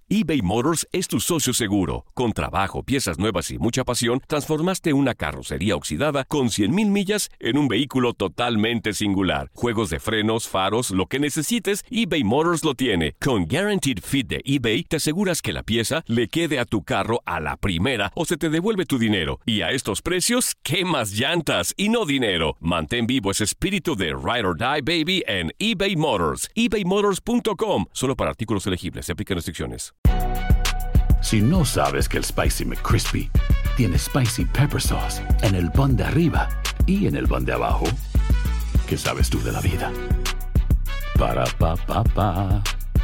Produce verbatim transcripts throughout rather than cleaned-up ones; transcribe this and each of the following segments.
eBay Motors es tu socio seguro. Con trabajo, piezas nuevas y mucha pasión, transformaste una carrocería oxidada con cien mil millas en un vehículo totalmente singular. Juegos de frenos, faros, lo que necesites, eBay Motors lo tiene. Con Guaranteed Fit de eBay, te aseguras que la pieza le quede a tu carro a la primera o se te devuelve tu dinero. Y a estos precios, ¿qué más llantas y no dinero? Mantén vivo ese espíritu de Ride or Die, baby, en eBay Motors. ebay motors punto com. Solo para artículos elegibles. Se aplican restricciones. Si no sabes que el Spicy McCrispy tiene Spicy Pepper Sauce en el pan de arriba y en el pan de abajo, ¿qué sabes tú de la vida? Para, pa, pa, pa.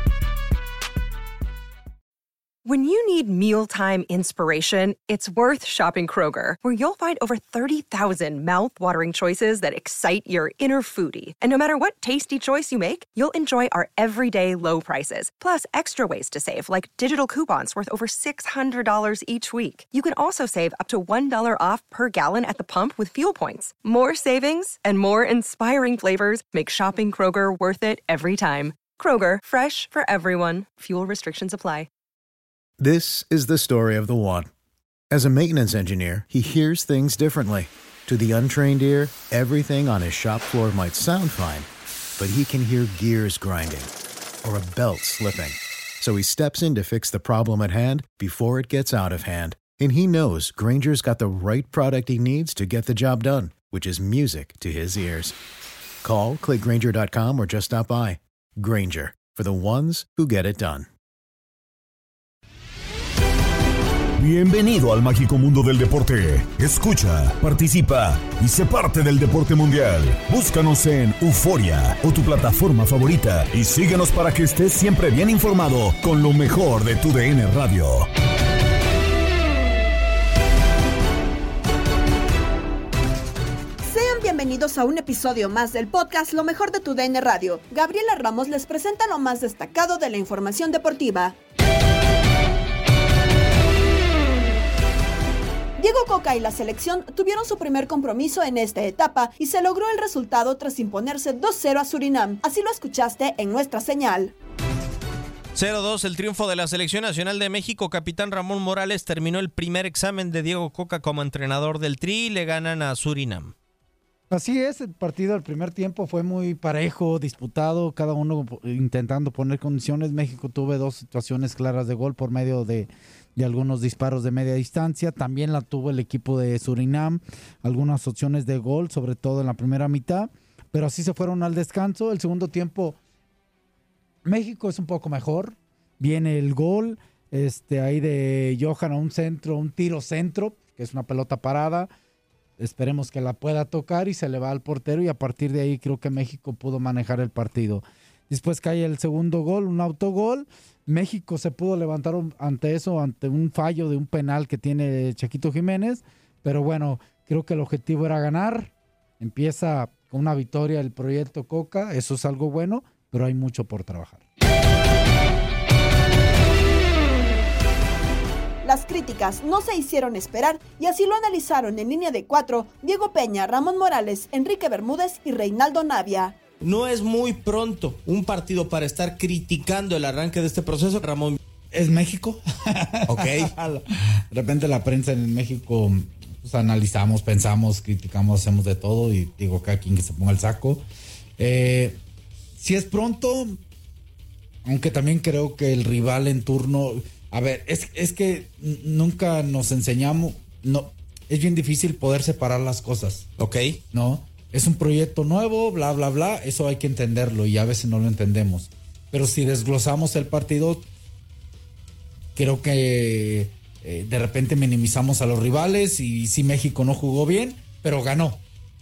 When you need mealtime inspiration, it's worth shopping Kroger, where you'll find over thirty thousand mouth-watering choices that excite your inner foodie. And no matter what tasty choice you make, you'll enjoy our everyday low prices, plus extra ways to save, like digital coupons worth over six hundred dollars each week. You can also save up to one dollar off per gallon at the pump with fuel points. More savings and more inspiring flavors make shopping Kroger worth it every time. Kroger, fresh for everyone. Fuel restrictions apply. This is the story of the one. As a maintenance engineer, he hears things differently. To the untrained ear, everything on his shop floor might sound fine, but he can hear gears grinding or a belt slipping. So he steps in to fix the problem at hand before it gets out of hand. And he knows Grainger's got the right product he needs to get the job done, which is music to his ears. Call, click Grainger dot com, or just stop by. Grainger, for the ones who get it done. Bienvenido al mágico mundo del deporte. Escucha, participa y sé parte del deporte mundial. Búscanos en Euforia o tu plataforma favorita y síguenos para que estés siempre bien informado con lo mejor de tu D N Radio. Sean bienvenidos a un episodio más del podcast Lo mejor de tu D N Radio. Gabriela Ramos les presenta lo más destacado de la información deportiva. Diego Coca y la selección tuvieron su primer compromiso en esta etapa y se logró el resultado tras imponerse dos cero a Surinam. Así lo escuchaste en nuestra señal. cero dos, el triunfo de la Selección Nacional de México. Capitán Ramón Morales terminó el primer examen de Diego Coca como entrenador del Tri y le ganan a Surinam. Así es, el partido del primer tiempo fue muy parejo, disputado, cada uno intentando poner condiciones. México tuvo dos situaciones claras de gol por medio de, de algunos disparos de media distancia. También la tuvo el equipo de Surinam, algunas opciones de gol, sobre todo en la primera mitad. Pero así se fueron al descanso. El segundo tiempo, México es un poco mejor. Viene el gol este, ahí de Johan a un centro, un tiro centro, que es una pelota parada. Esperemos que la pueda tocar y se le va al portero y a partir de ahí creo que México pudo manejar el partido. Después cae el segundo gol, un autogol. México se pudo levantar ante eso, ante un fallo de un penal que tiene Chaquito Jiménez. Pero bueno, creo que el objetivo era ganar. Empieza con una victoria el proyecto Coca, eso es algo bueno, pero hay mucho por trabajar. Las críticas no se hicieron esperar y así lo analizaron en línea de cuatro Diego Peña, Ramón Morales, Enrique Bermúdez y Reinaldo Navia. No es muy pronto un partido para estar criticando el arranque de este proceso, Ramón. ¿Es México? Ok. De repente la prensa en México, pues, analizamos, pensamos, criticamos, hacemos de todo y digo, cada quien que se ponga el saco. Eh, si es pronto, aunque también creo que el rival en turno... A ver, es, es que nunca nos enseñamos, no, es bien difícil poder separar las cosas. Ok. ¿No? Es un proyecto nuevo, bla, bla, bla, eso hay que entenderlo y a veces no lo entendemos. Pero si desglosamos el partido, creo que eh, de repente minimizamos a los rivales y sí, México no jugó bien, pero ganó.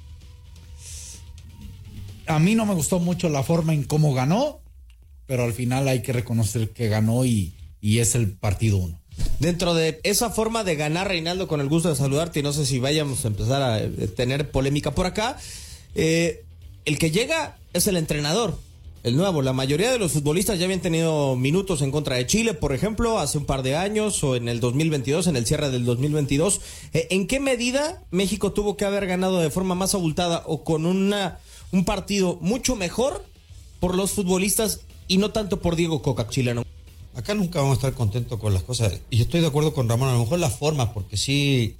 A mí no me gustó mucho la forma en cómo ganó, pero al final hay que reconocer que ganó y... y es el partido uno. Dentro de esa forma de ganar, Reinaldo, con el gusto de saludarte, y no sé si vayamos a empezar a tener polémica por acá, eh, el que llega es el entrenador, el nuevo. La mayoría de los futbolistas ya habían tenido minutos en contra de Chile, por ejemplo, hace un par de años, o en el dos mil veintidós, en el cierre del dos mil veintidós. Eh, ¿En qué medida México tuvo que haber ganado de forma más abultada o con una, un partido mucho mejor por los futbolistas y no tanto por Diego Coca, chileno? acá nunca vamos a estar contentos con las cosas. Y estoy de acuerdo con Ramón, a lo mejor las formas, porque sí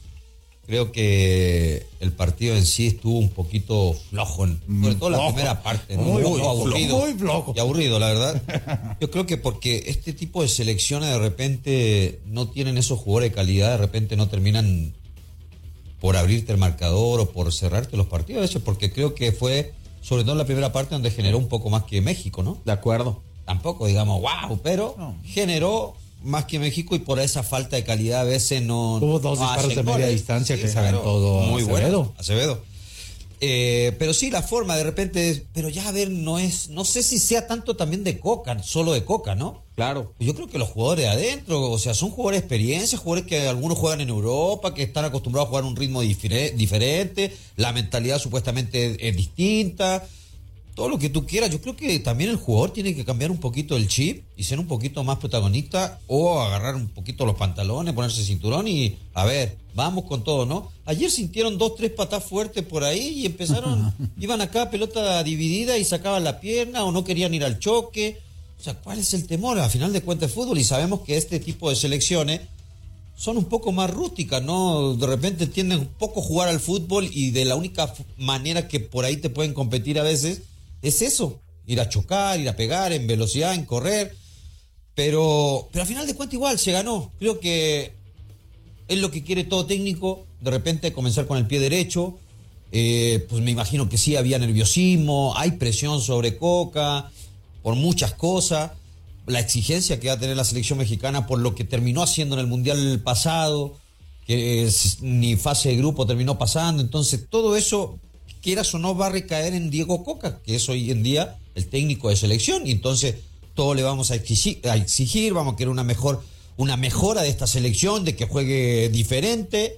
creo que el partido en sí estuvo un poquito flojo, sobre todo la primera parte, ¿no? Muy, muy, flojo, aburrido. muy flojo. Y aburrido, la verdad. Yo creo que porque este tipo de selecciones de repente no tienen esos jugadores de calidad, de repente no terminan por abrirte el marcador o por cerrarte los partidos, a veces porque creo que fue, sobre todo en la primera parte, donde generó un poco más que México, ¿no? De acuerdo. Tampoco digamos, wow, pero no. generó más que México y por esa falta de calidad a veces no... Hubo dos no disparos de media goles. distancia Sí, que se claro. aventó todo Muy Acevedo. bueno, Acevedo. Eh, pero sí, la forma de repente, pero ya a ver, no es, no sé si sea tanto también de Coca, solo de Coca, ¿no? Claro. Yo creo que los jugadores de adentro, o sea, son jugadores de experiencia, jugadores que algunos juegan en Europa, que están acostumbrados a jugar a un ritmo difere- diferente, la mentalidad supuestamente es, es distinta, todo lo que tú quieras. Yo creo que también el jugador tiene que cambiar un poquito el chip y ser un poquito más protagonista o agarrar un poquito los pantalones, ponerse cinturón y a ver, vamos con todo, ¿no? Ayer sintieron dos, tres patas fuertes por ahí y empezaron, iban acá pelota dividida y sacaban la pierna o no querían ir al choque. O sea, ¿cuál es el temor? Al final de cuentas es fútbol y sabemos que este tipo de selecciones son un poco más rústicas, ¿no? De repente tienden un poco a jugar al fútbol y de la única f- manera que por ahí te pueden competir a veces es eso, ir a chocar, ir a pegar en velocidad, en correr, pero, pero al final de cuentas igual se ganó. Creo que es lo que quiere todo técnico, de repente comenzar con el pie derecho, eh, pues me imagino que sí había nerviosismo, hay presión sobre Coca, por muchas cosas, la exigencia que va a tener la selección mexicana por lo que terminó haciendo en el Mundial pasado, que es, ni fase de grupo terminó pasando, entonces todo eso, quieras o no, va a recaer en Diego Coca, que es hoy en día el técnico de selección, y entonces todo le vamos a exigir, a exigir vamos a querer una mejor, una mejora de esta selección, de que juegue diferente,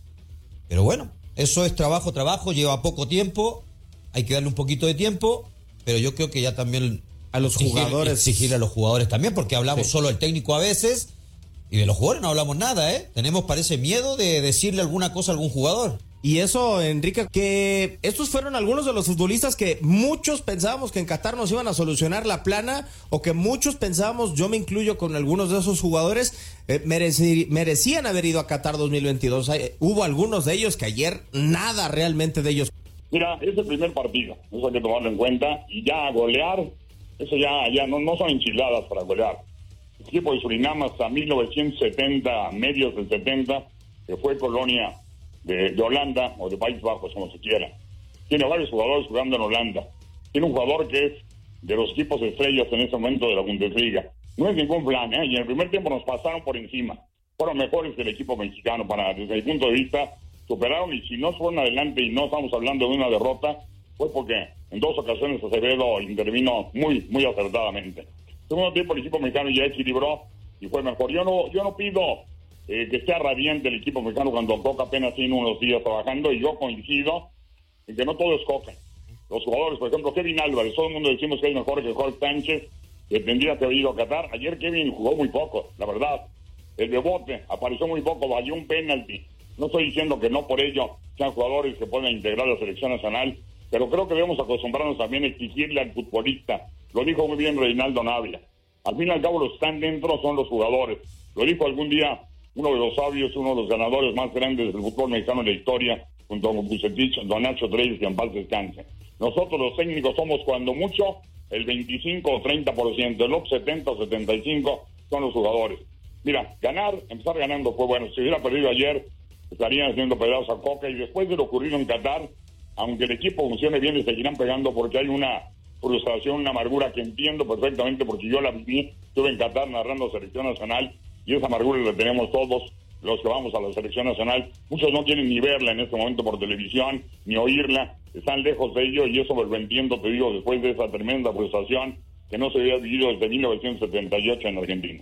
pero bueno, eso es trabajo, trabajo, lleva poco tiempo, hay que darle un poquito de tiempo, pero yo creo que ya también a los exigir, jugadores exigir a los jugadores también, porque hablamos sí. solo del técnico a veces, y de los jugadores no hablamos nada, ¿eh? Tenemos, parece, miedo de decirle alguna cosa a algún jugador. Y eso, Enrique, que estos fueron algunos de los futbolistas que muchos pensábamos que en Qatar nos iban a solucionar la plana, o que muchos pensábamos, yo me incluyo con algunos de esos jugadores, eh, mereci- merecían haber ido a Qatar dos mil veintidós. Hay, hubo algunos de ellos que ayer nada realmente de ellos. Mira, es el primer partido, eso hay que tomarlo en cuenta, y ya golear, eso ya, ya no, no son enchiladas para golear. El equipo de Surinam hasta mil novecientos setenta, medios del setenta, que fue colonia de, de Holanda o de Países Bajos, como se quiera. Tiene varios jugadores jugando en Holanda. Tiene un jugador que es de los equipos estrellas en ese momento de la Bundesliga. No es ningún plan, ¿eh? Y en el primer tiempo nos pasaron por encima. Fueron mejores que el equipo mexicano, para, desde mi punto de vista, superaron, y si no fueron adelante y no estamos hablando de una derrota, fue porque en dos ocasiones Acevedo intervino muy, muy acertadamente. Segundo tiempo el equipo mexicano ya equilibró y fue mejor. Yo no, yo no pido eh, que esté radiante el equipo mexicano cuando Coca apenas tiene unos días trabajando, y yo coincido en que no todo es Coca. Los jugadores, por ejemplo, Kevin Álvarez, todo el mundo decimos que es mejor que Jorge Sánchez, que tendría que haber ido a Qatar. Ayer Kevin jugó muy poco, la verdad. El Bebote apareció muy poco, valió un penalti. No estoy diciendo que no por ello sean jugadores que puedan integrar la selección nacional, pero creo que debemos acostumbrarnos también a exigirle al futbolista. Lo dijo muy bien Reinaldo Navia. Al fin y al cabo, los que están dentro son los jugadores. Lo dijo algún día uno de los sabios, uno de los ganadores más grandes del fútbol mexicano en la historia, junto con Bucetich, Don Nacho Treyes, que en paz descanse. Nosotros los técnicos somos cuando mucho el veinticinco o treinta por ciento, el otro setenta o setenta y cinco por ciento son los jugadores. Mira, ganar, empezar ganando fue bueno. Si hubiera perdido ayer, estarían haciendo pedazos a Coca, y después de lo ocurrido en Qatar, aunque el equipo funcione bien, le seguirán pegando porque hay una frustración, una amargura que entiendo perfectamente porque yo la viví. Estuve en Qatar narrando selección nacional y esa amargura la tenemos todos los que vamos a la selección nacional. Muchos no quieren ni verla en este momento por televisión, ni oírla, están lejos de ello, y eso lo entiendo, te digo, después de esa tremenda frustración que no se había vivido desde mil novecientos setenta y ocho en Argentina.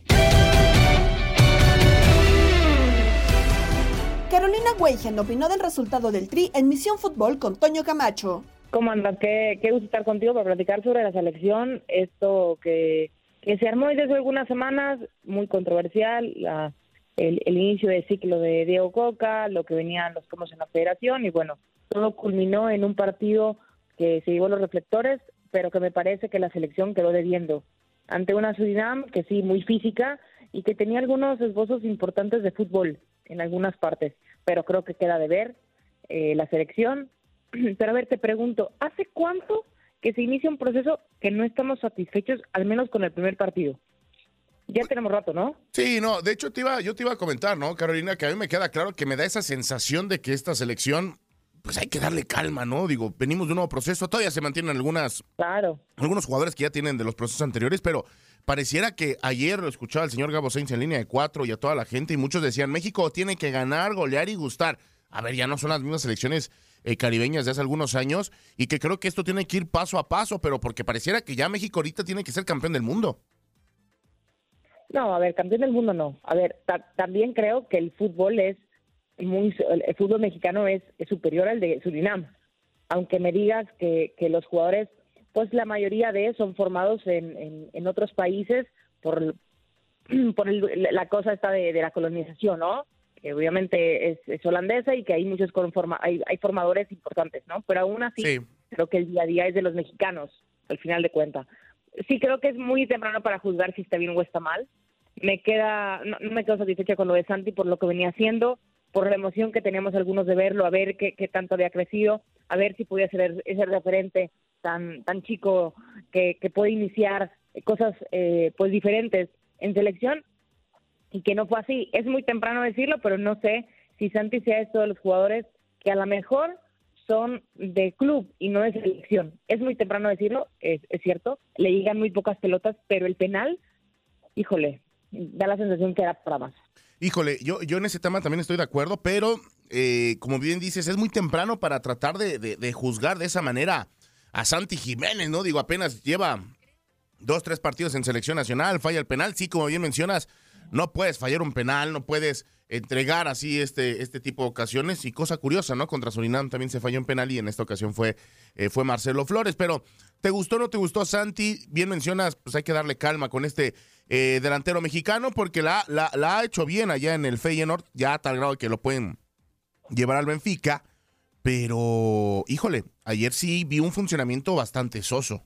Carolina Weigen opinó del resultado del Tri en Misión Fútbol con Toño Camacho. ¿Cómo andas? Qué, qué gusto estar contigo para platicar sobre la selección. Esto que, que se armó desde hace algunas semanas, muy controversial, la, el, el inicio de ciclo de Diego Coca, lo que venían los tomos en la federación, y bueno, todo culminó en un partido que se llevó los reflectores, pero que me parece que la selección quedó debiendo. ante una Surinam que sí, muy física y que tenía algunos esbozos importantes de fútbol en algunas partes, pero creo que queda de ver eh, la selección. Pero a ver, te pregunto, ¿hace cuánto que se inicia un proceso que no estamos satisfechos, al menos con el primer partido? Ya tenemos rato, ¿no? Sí, no, de hecho te iba, yo te iba a comentar, ¿no, Carolina? Que a mí me queda claro que me da esa sensación de que esta selección, pues hay que darle calma, ¿no? Digo, venimos de un nuevo proceso, todavía se mantienen algunas, claro, algunos jugadores que ya tienen de los procesos anteriores, pero pareciera que ayer lo escuchaba el señor Gabo Sainz en línea de cuatro y a toda la gente, y muchos decían, México tiene que ganar, golear y gustar. A ver, ya no son las mismas selecciones eh, caribeñas de hace algunos años, y que creo que esto tiene que ir paso a paso, pero porque pareciera que ya México ahorita tiene que ser campeón del mundo. No, a ver, campeón del mundo no. A ver, ta- también creo que el fútbol es muy, el fútbol mexicano es, es superior al de Surinam. Aunque me digas que, que los jugadores, pues la mayoría de ellos son formados en, en, en otros países por, por el, la cosa esta de, de la colonización, ¿no? Que obviamente es, es holandesa y que hay muchos conforma, hay, hay formadores importantes, ¿no? Pero aún así, sí, creo que el día a día es de los mexicanos, al final de cuentas. Sí, creo que es muy temprano para juzgar si está bien o está mal. Me queda, no, no me quedo satisfecha con lo de Santi por lo que venía haciendo, por la emoción que teníamos algunos de verlo, a ver qué, qué tanto había crecido, a ver si podía ser ese referente tan tan chico que, que puede iniciar cosas eh, pues diferentes en selección, y que no fue así. Es muy temprano decirlo, pero no sé si Santi sea esto de los jugadores que a lo mejor son de club y no de selección. Es muy temprano decirlo, es, es cierto, le llegan muy pocas pelotas, pero el penal, híjole, da la sensación que era para más. Híjole, yo, yo en ese tema también estoy de acuerdo, pero eh, como bien dices, es muy temprano para tratar de, de, de juzgar de esa manera a Santi Jiménez, ¿no? Digo, apenas lleva dos, tres partidos en selección nacional, falla el penal, sí, como bien mencionas, no puedes fallar un penal, no puedes entregar así este, este tipo de ocasiones, y cosa curiosa, ¿no? Contra Surinam también se falló un penal y en esta ocasión fue, eh, fue Marcelo Flores, pero ¿te gustó o no te gustó Santi? Bien mencionas, pues hay que darle calma con este eh, delantero mexicano porque la, la, la ha hecho bien allá en el Feyenoord, ya a tal grado que lo pueden llevar al Benfica, pero híjole, ayer sí vi un funcionamiento bastante soso.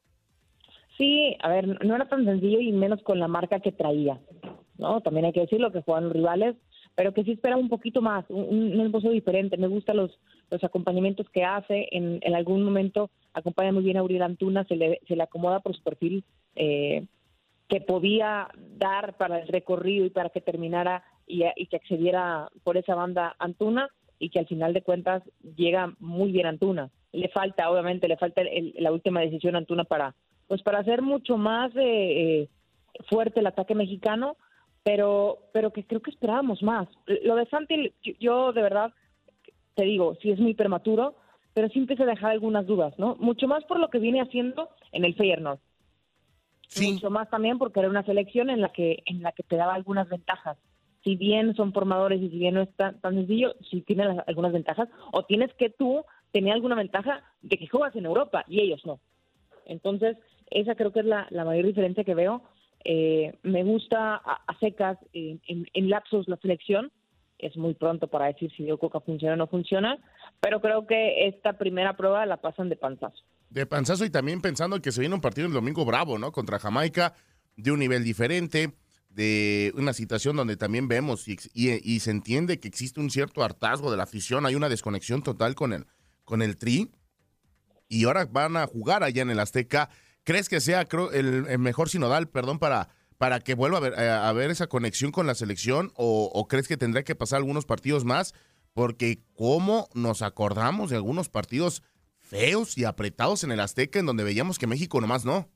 Sí, a ver, no era tan sencillo y menos con la marca que traía, ¿no? También hay que decirlo, que juegan los rivales, pero que sí esperaba un poquito más, un, un esbozo diferente. Me gustan los, los acompañamientos que hace, en, en algún momento acompaña muy bien a Uriel Antuna, se le, se le acomoda por su perfil eh, que podía dar para el recorrido y para que terminara y, y que accediera por esa banda Antuna, y que al final de cuentas llega muy bien Antuna. Le falta, obviamente, le falta el, la última decisión a Antuna para, pues para hacer mucho más eh, eh, fuerte el ataque mexicano, pero pero que creo que esperábamos más. Lo de Santi, yo, yo de verdad, te digo, sí es muy prematuro, pero sí empieza a dejar algunas dudas, ¿no? Mucho más por lo que viene haciendo en el Feyenoord. Sí. Mucho más también porque era una selección en la que en la que te daba algunas ventajas. Si bien son formadores y si bien no es tan, tan sencillo, sí tiene las, algunas ventajas, o tienes que tú tener alguna ventaja de que juegas en Europa y ellos no. Entonces, esa creo que es la, la mayor diferencia que veo. Eh, me gusta a, a secas, en, en, en lapsos la selección. Es muy pronto para decir si Diego Coca funciona o no funciona, pero creo que esta primera prueba la pasan de panzazo. De panzazo, y también pensando que se viene un partido el domingo bravo, ¿no? Contra Jamaica, de un nivel diferente, de una situación donde también vemos y, y, y se entiende que existe un cierto hartazgo de la afición, hay una desconexión total con el, con el Tri, y ahora van a jugar allá en el Azteca. ¿Crees que sea creo, el, el mejor sinodal, perdón, para, para que vuelva a ver, a, a ver esa conexión con la selección, o, o crees que tendrá que pasar algunos partidos más? Porque cómo nos acordamos de algunos partidos feos y apretados en el Azteca en donde veíamos que México nomás no.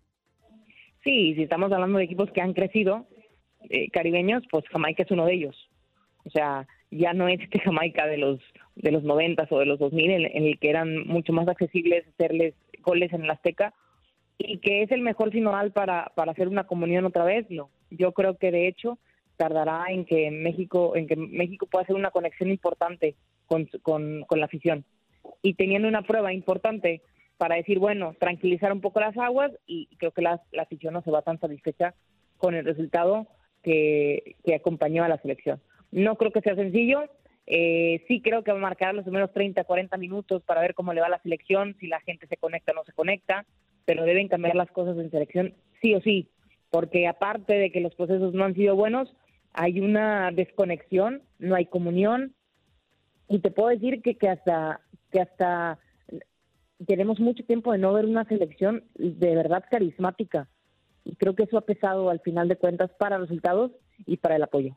Sí, si estamos hablando de equipos que han crecido, eh, caribeños, pues Jamaica es uno de ellos. O sea, ya no es este Jamaica de los de los noventas o de los dos mil, en, en el que eran mucho más accesibles hacerles goles en el Azteca, y que es el mejor sinodal para, para hacer una comunión otra vez. No, yo creo que de hecho tardará en que México en que México pueda hacer una conexión importante con, con, con la afición, y teniendo una prueba importante para decir, bueno, tranquilizar un poco las aguas, y creo que la, la afición no se va tan satisfecha con el resultado que, que acompañó a la selección. No creo que sea sencillo, eh, sí creo que va a marcar los primeros treinta, cuarenta minutos para ver cómo le va a la selección, si la gente se conecta o no se conecta, pero deben cambiar las cosas en selección sí o sí, porque aparte de que los procesos no han sido buenos, hay una desconexión, no hay comunión, y te puedo decir que, que hasta que hasta tenemos mucho tiempo de no ver una selección de verdad carismática, y creo que eso ha pesado al final de cuentas para los resultados y para el apoyo.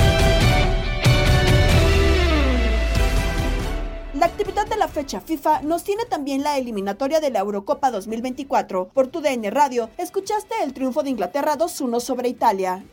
La actividad de la fecha FIFA nos tiene también la eliminatoria de la Eurocopa dos mil veinticuatro. Por tu D N Radio, escuchaste el triunfo de Inglaterra dos uno sobre Italia.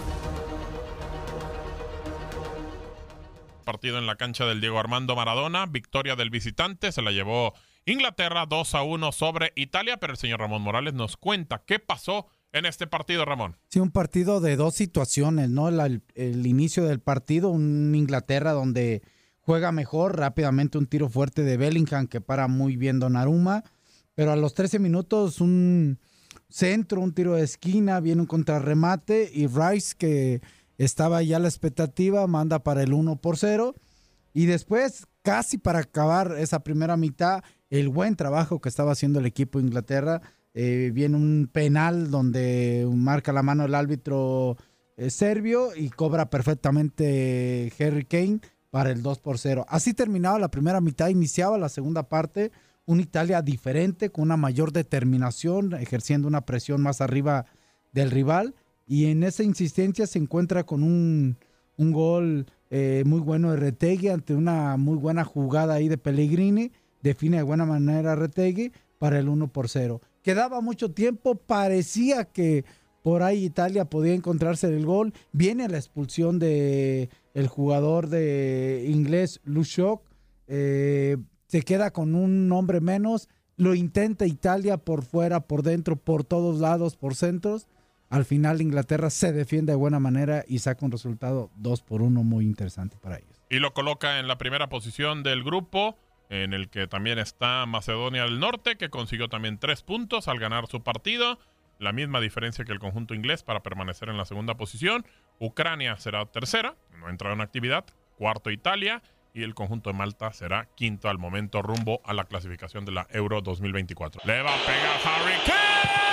Partido en la cancha del Diego Armando Maradona, victoria del visitante, se la llevó Inglaterra dos a uno sobre Italia, pero el señor Ramón Morales nos cuenta qué pasó en este partido, Ramón. Sí, un partido de dos situaciones, ¿no? La, el, el inicio del partido, un Inglaterra donde juega mejor, rápidamente un tiro fuerte de Bellingham que para muy bien Donnarumma, pero a los trece minutos un centro, un tiro de esquina, viene un contrarremate y Rice, que estaba ya a la expectativa, manda para el uno por cero, y después, casi para acabar esa primera mitad, el buen trabajo que estaba haciendo el equipo de Inglaterra, eh, viene un penal donde marca la mano el árbitro eh, serbio y cobra perfectamente Harry Kane para el dos por cero. Así terminaba la primera mitad, iniciaba la segunda parte, una Italia diferente, con una mayor determinación, ejerciendo una presión más arriba del rival, y en esa insistencia se encuentra con un, un gol eh, muy bueno de Retegui, ante una muy buena jugada ahí de Pellegrini, define de buena manera Retegui para el uno por cero. Quedaba mucho tiempo, parecía que por ahí Italia podía encontrarse el gol, viene la expulsión de el jugador de inglés Lushok, eh, se queda con un hombre menos, lo intenta Italia por fuera, por dentro, por todos lados, por centros. Al final Inglaterra se defiende de buena manera y saca un resultado dos por uno muy interesante para ellos. Y lo coloca en la primera posición del grupo, en el que también está Macedonia del Norte, que consiguió también tres puntos al ganar su partido. La misma diferencia que el conjunto inglés para permanecer en la segunda posición. Ucrania será tercera, no entra en actividad. Cuarto Italia, y el conjunto de Malta será quinto al momento, rumbo a la clasificación de la Euro dos mil veinticuatro. Le va a pegar Harry Kane.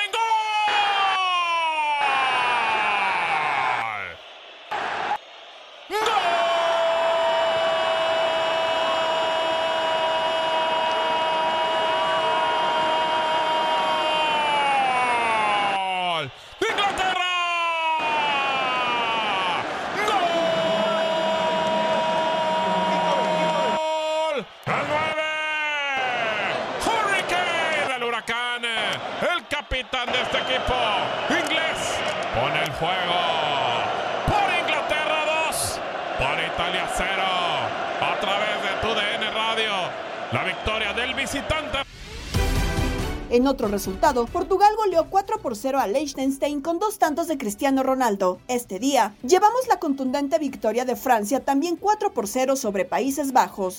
Capitán de este equipo inglés pone el fuego por Inglaterra dos, por Italia cero, a través de tu D N Radio, la victoria del visitante. En otro resultado, Portugal goleó cuatro por cero a Liechtenstein con dos tantos de Cristiano Ronaldo. Este día, llevamos la contundente victoria de Francia, también cuatro por cero sobre Países Bajos.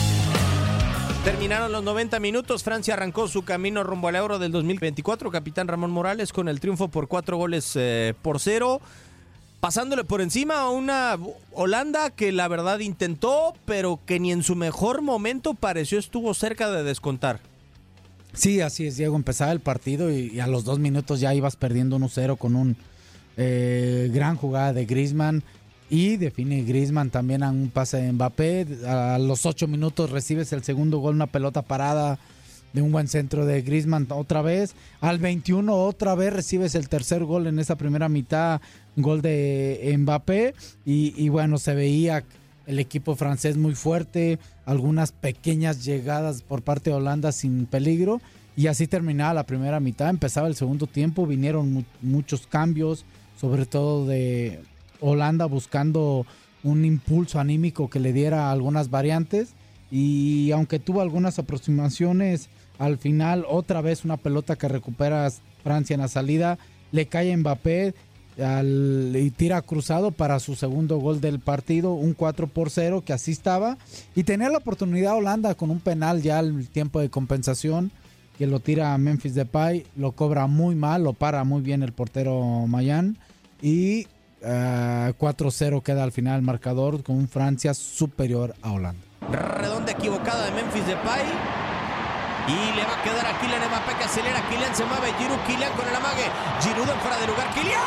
Terminaron los noventa minutos, Francia arrancó su camino rumbo al Euro del dos mil veinticuatro, capitán Ramón Morales con el triunfo por cuatro goles eh, por cero, pasándole por encima a una Holanda que la verdad intentó, pero que ni en su mejor momento pareció estuvo cerca de descontar. Sí, así es, Diego, empezaba el partido y, y a los dos minutos ya ibas perdiendo uno cero con un eh, gran jugada de Griezmann. Y define Griezmann también a un pase de Mbappé. A los ocho minutos recibes el segundo gol, una pelota parada de un buen centro de Griezmann otra vez. Al veintiuno otra vez recibes el tercer gol en esa primera mitad, gol de Mbappé. Y, y bueno, se veía el equipo francés muy fuerte, algunas pequeñas llegadas por parte de Holanda sin peligro. Y así terminaba la primera mitad, empezaba el segundo tiempo, vinieron mu- muchos cambios, sobre todo de Holanda buscando un impulso anímico que le diera algunas variantes, y aunque tuvo algunas aproximaciones, al final otra vez una pelota que recupera Francia en la salida, le cae a Mbappé al, y tira cruzado para su segundo gol del partido, un cuatro por cero que así estaba, y tenía la oportunidad Holanda con un penal ya al tiempo de compensación que lo tira a Memphis Depay, lo cobra muy mal, lo para muy bien el portero Mayan, y Uh, cuatro cero queda al final el marcador con un Francia superior a Holanda. Redonda equivocada de Memphis Depay. Y le va a quedar a Kylian Mbappé que acelera. Kylian se mueve. Giroud, Kylian con el amague. Giroud en fuera de lugar. Kylian.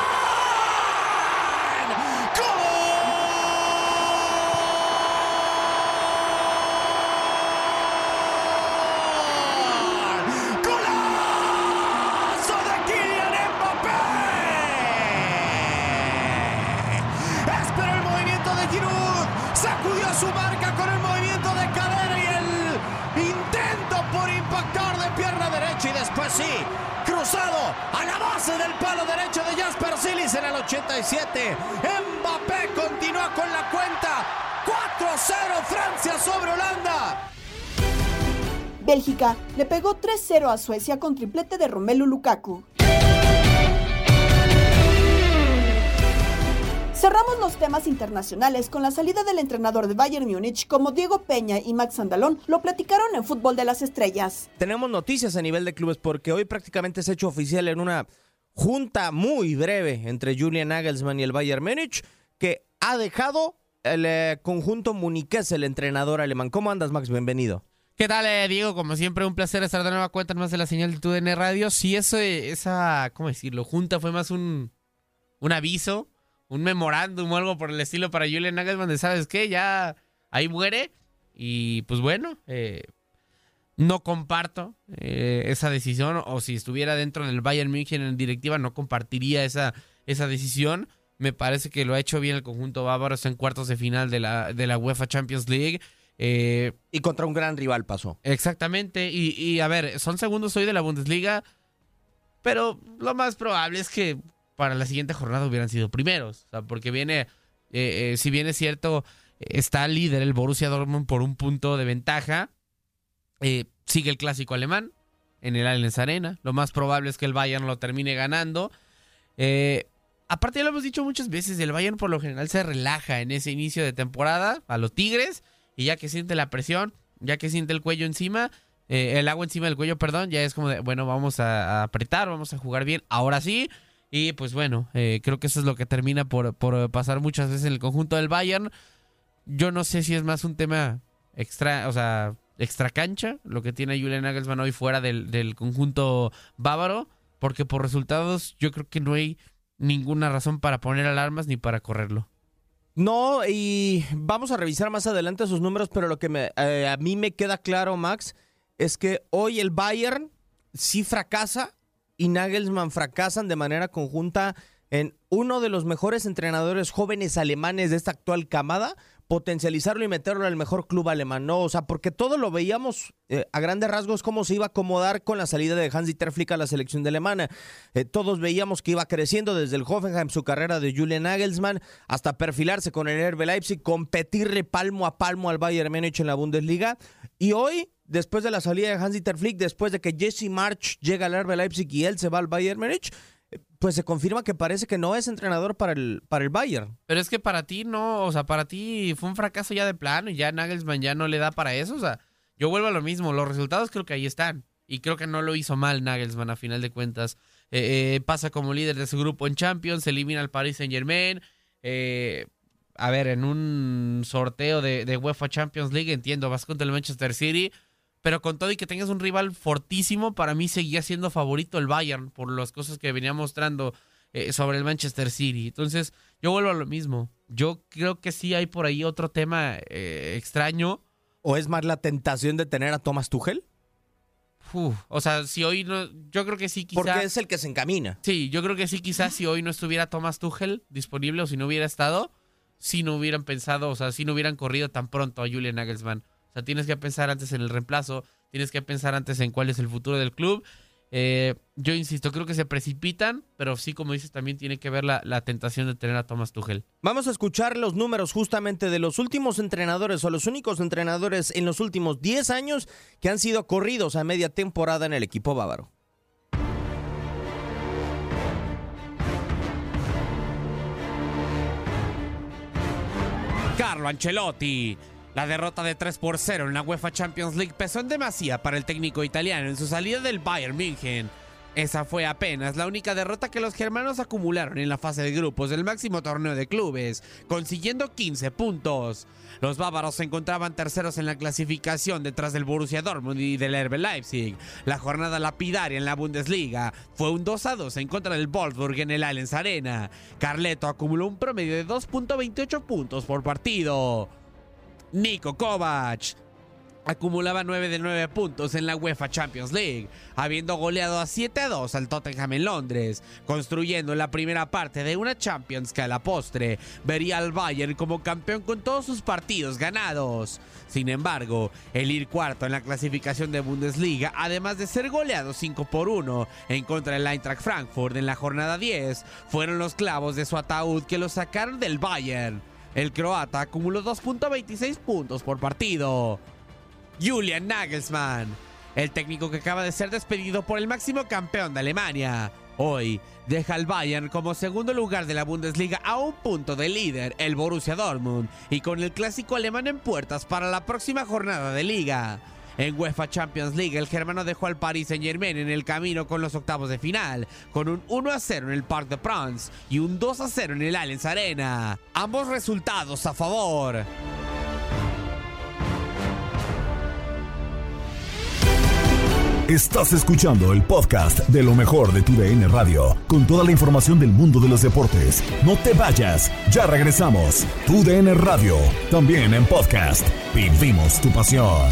Sacudió su marca con el movimiento de cadera y el intento por impactar de pierna derecha y después sí, cruzado a la base del palo derecho de Jasper Cilic en el ochenta y siete. Mbappé continúa con la cuenta. cuatro cero Francia sobre Holanda. Bélgica le pegó tres cero a Suecia con triplete de Romelu Lukaku. Cerramos los temas internacionales con la salida del entrenador de Bayern Múnich, como Diego Peña y Max Andalón lo platicaron en Fútbol de las Estrellas. Tenemos noticias a nivel de clubes porque hoy prácticamente se ha hecho oficial en una junta muy breve entre Julian Nagelsmann y el Bayern Múnich que ha dejado el eh, conjunto muniqués, el entrenador alemán. ¿Cómo andas, Max? Bienvenido. ¿Qué tal, eh, Diego? Como siempre, un placer estar de nueva cuenta más de la señal de T U D N Radio. Si eso, esa, ¿cómo decirlo? Junta fue más un, un aviso, un memorándum o algo por el estilo para Julian Nagelsmann de, ¿sabes qué? Ya ahí muere. Y pues bueno, eh, no comparto eh, esa decisión, o si estuviera dentro del Bayern München en directiva no compartiría esa, esa decisión. Me parece que lo ha hecho bien el conjunto bávaro, está en cuartos de final de la, de la UEFA Champions League. Eh, y contra un gran rival pasó. Exactamente, y, y a ver, son segundos hoy de la Bundesliga, pero lo más probable es que para la siguiente jornada hubieran sido primeros, o sea, porque viene, eh, eh, si bien es cierto, está líder el Borussia Dortmund por un punto de ventaja, eh, sigue el clásico alemán en el Allianz Arena, lo más probable es que el Bayern lo termine ganando. Eh, aparte ya lo hemos dicho muchas veces, el Bayern por lo general se relaja en ese inicio de temporada a los Tigres, y ya que siente la presión, ya que siente el cuello encima, eh, el agua encima del cuello, perdón, ya es como de, bueno, vamos a, a apretar, vamos a jugar bien, ahora sí. Y pues bueno, eh, creo que eso es lo que termina por, por pasar muchas veces en el conjunto del Bayern. Yo no sé si es más un tema extra, o sea, extra cancha, lo que tiene Julian Nagelsmann hoy fuera del, del conjunto bávaro, porque por resultados yo creo que no hay ninguna razón para poner alarmas ni para correrlo. No, y vamos a revisar más adelante sus números, pero lo que me, eh, a mí me queda claro, Max, es que hoy el Bayern sí fracasa y Nagelsmann fracasan de manera conjunta en uno de los mejores entrenadores jóvenes alemanes de esta actual camada, potencializarlo y meterlo al mejor club alemán, ¿no? O sea, porque todo lo veíamos eh, a grandes rasgos cómo se iba a acomodar con la salida de Hans-Dieter Flick a la selección de alemana. Eh, todos veíamos que iba creciendo desde el Hoffenheim su carrera de Julian Nagelsmann hasta perfilarse con el R B Leipzig, competirle palmo a palmo al Bayern Múnich en la Bundesliga. Y hoy, después de la salida de Hans-Dieter Flick, después de que Jesse Marsch llega al R B Leipzig y él se va al Bayern Múnich, pues se confirma que parece que no es entrenador para el, para el Bayern. Pero es que para ti no, o sea, para ti fue un fracaso ya de plano y ya Nagelsmann ya no le da para eso, o sea, yo vuelvo a lo mismo, los resultados creo que ahí están y creo que no lo hizo mal Nagelsmann a final de cuentas. Eh, eh, pasa como líder de su grupo en Champions, elimina al Paris Saint-Germain, eh, a ver, en un sorteo de, de UEFA Champions League, entiendo, vas contra el Manchester City, pero con todo y que tengas un rival fortísimo, para mí seguía siendo favorito el Bayern por las cosas que venía mostrando eh, sobre el Manchester City. Entonces, yo vuelvo a lo mismo. Yo creo que sí hay por ahí otro tema eh, extraño. ¿O es más la tentación de tener a Thomas Tuchel? Uf, o sea, si hoy no... Yo creo que sí, quizá... Porque es el que se encamina. Sí, yo creo que sí, quizás si hoy no estuviera Thomas Tuchel disponible o si no hubiera estado, si no hubieran pensado, o sea, si no hubieran corrido tan pronto a Julian Nagelsmann. O sea, tienes que pensar antes en el reemplazo, tienes que pensar antes en cuál es el futuro del club. Eh, yo insisto, creo que se precipitan, pero sí, como dices, también tiene que ver la, la tentación de tener a Thomas Tuchel. Vamos a escuchar los números justamente de los últimos entrenadores o los únicos entrenadores en los últimos diez años que han sido corridos a media temporada en el equipo bávaro. Carlo Ancelotti. La derrota de tres por cero en la UEFA Champions League pesó en demasía para el técnico italiano en su salida del Bayern München. Esa fue apenas la única derrota que los germanos acumularon en la fase de grupos del máximo torneo de clubes, consiguiendo quince puntos. Los bávaros se encontraban terceros en la clasificación detrás del Borussia Dortmund y del R B Leipzig. La jornada lapidaria en la Bundesliga fue un dos a dos en contra del Wolfsburg en el Allianz Arena. Carleto acumuló un promedio de dos punto veintiocho puntos por partido. Niko Kovac acumulaba nueve de nueve puntos en la UEFA Champions League, habiendo goleado a siete a dos al Tottenham en Londres, construyendo la primera parte de una Champions que a la postre vería al Bayern como campeón con todos sus partidos ganados. Sin embargo, el ir cuarto en la clasificación de Bundesliga, además de ser goleado cinco por uno en contra del Eintracht Frankfurt en la jornada diez, fueron los clavos de su ataúd que lo sacaron del Bayern. El croata acumuló dos punto veintiséis puntos por partido. Julian Nagelsmann, el técnico que acaba de ser despedido por el máximo campeón de Alemania, hoy deja al Bayern como segundo lugar de la Bundesliga a un punto del líder, el Borussia Dortmund, y con el clásico alemán en puertas para la próxima jornada de liga. En UEFA Champions League, el germano dejó al Paris Saint-Germain en el camino con los octavos de final, con un uno a cero en el Parc des Princes y un dos a cero en el Allianz Arena. Ambos resultados a favor. Estás escuchando el podcast de lo mejor de tu D N Radio, con toda la información del mundo de los deportes. No te vayas, ya regresamos. Tu D N Radio, también en podcast. Vivimos tu pasión.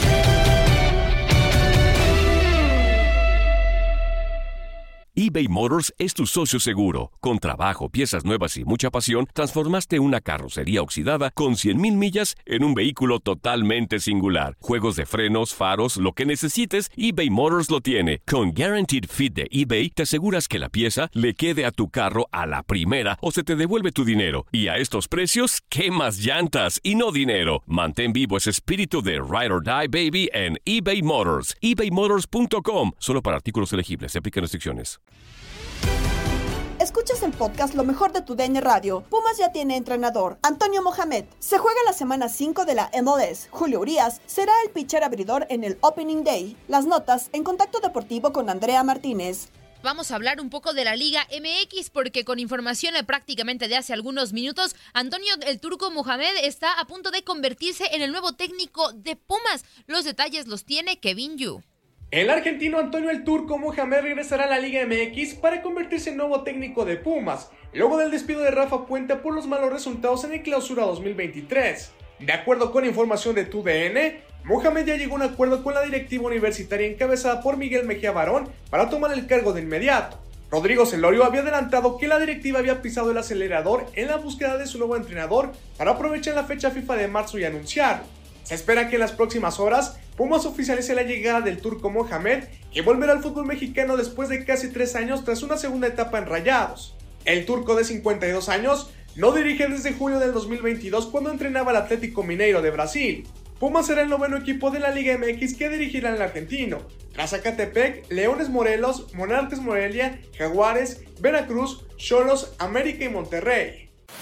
eBay Motors es tu socio seguro. Con trabajo, piezas nuevas y mucha pasión, transformaste una carrocería oxidada con cien mil millas en un vehículo totalmente singular. Juegos de frenos, faros, lo que necesites, eBay Motors lo tiene. Con Guaranteed Fit de eBay, te aseguras que la pieza le quede a tu carro a la primera o se te devuelve tu dinero. Y a estos precios, ¿qué más llantas y no dinero? Mantén vivo ese espíritu de Ride or Die, baby, en eBay Motors. ebay motors punto com. Solo para artículos elegibles. Se aplican restricciones. Escuchas el podcast Lo Mejor de tu D N Radio. Pumas ya tiene entrenador, Antonio Mohamed. Se juega la semana cinco de la M L S. Julio Urias será el pitcher abridor en el Opening Day. Las notas en Contacto Deportivo con Andrea Martínez. Vamos a hablar un poco de la Liga M X porque con información prácticamente de hace algunos minutos, Antonio el Turco Mohamed está a punto de convertirse en el nuevo técnico de Pumas. Los detalles los tiene Kevin Yu. El argentino Antonio el Turco Mohamed regresará a la Liga M X para convertirse en nuevo técnico de Pumas, luego del despido de Rafa Puente por los malos resultados en el Clausura dos mil veintitrés. De acuerdo con información de tu D N, Mohamed ya llegó a un acuerdo con la directiva universitaria encabezada por Miguel Mejía Barón para tomar el cargo de inmediato. Rodrigo Celorio había adelantado que la directiva había pisado el acelerador en la búsqueda de su nuevo entrenador para aprovechar la fecha FIFA de marzo y anunciarlo. Se espera que en las próximas horas Pumas oficialice la llegada del Turco Mohamed, que volverá al fútbol mexicano después de casi tres años tras una segunda etapa en Rayados. El turco de cincuenta y dos años no dirige desde julio del dos mil veintidós cuando entrenaba al Atlético Mineiro de Brasil. Pumas será el noveno equipo de la Liga M X que dirigirá el argentino, tras Zacatepec, Leones Morelos, Monarcas Morelia, Jaguares, Veracruz, Xolos, América y Monterrey.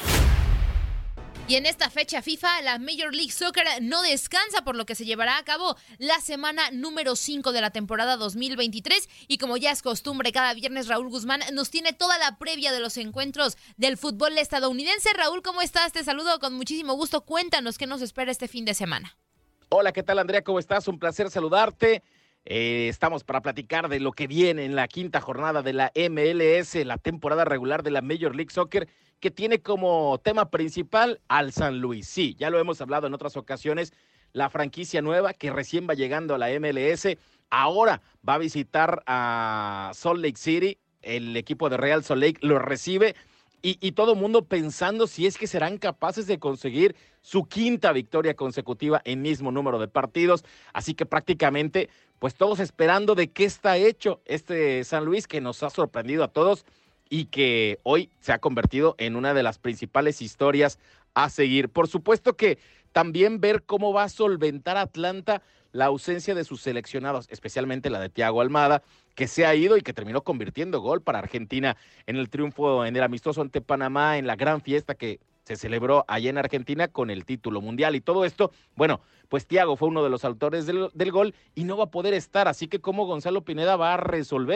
Y en esta fecha FIFA, la Major League Soccer no descansa, por lo que se llevará a cabo la semana número cinco de la temporada dos mil veintitrés. Y como ya es costumbre, cada viernes Raúl Guzmán nos tiene toda la previa de los encuentros del fútbol estadounidense. Raúl, ¿cómo estás? Te saludo con muchísimo gusto. Cuéntanos qué nos espera este fin de semana. Hola, ¿qué tal, Andrea? ¿Cómo estás? Un placer saludarte. Eh, estamos para platicar de lo que viene en la quinta jornada de la M L S, la temporada regular de la Major League Soccer, que tiene como tema principal al San Luis. Sí, ya lo hemos hablado en otras ocasiones, la franquicia nueva que recién va llegando a la M L S, ahora va a visitar a Salt Lake City, el equipo de Real Salt Lake lo recibe, y, y todo el mundo pensando si es que serán capaces de conseguir su quinta victoria consecutiva en mismo número de partidos, así que prácticamente, pues todos esperando de qué está hecho este San Luis que nos ha sorprendido a todos, y que hoy se ha convertido en una de las principales historias a seguir. Por supuesto que también ver cómo va a solventar Atlanta la ausencia de sus seleccionados, especialmente la de Thiago Almada, que se ha ido y que terminó convirtiendo gol para Argentina en el triunfo en el amistoso ante Panamá, en la gran fiesta que se celebró allá en Argentina con el título mundial. Y todo esto, bueno, pues Thiago fue uno de los autores del, del gol y no va a poder estar, así que cómo Gonzalo Pineda va a resolver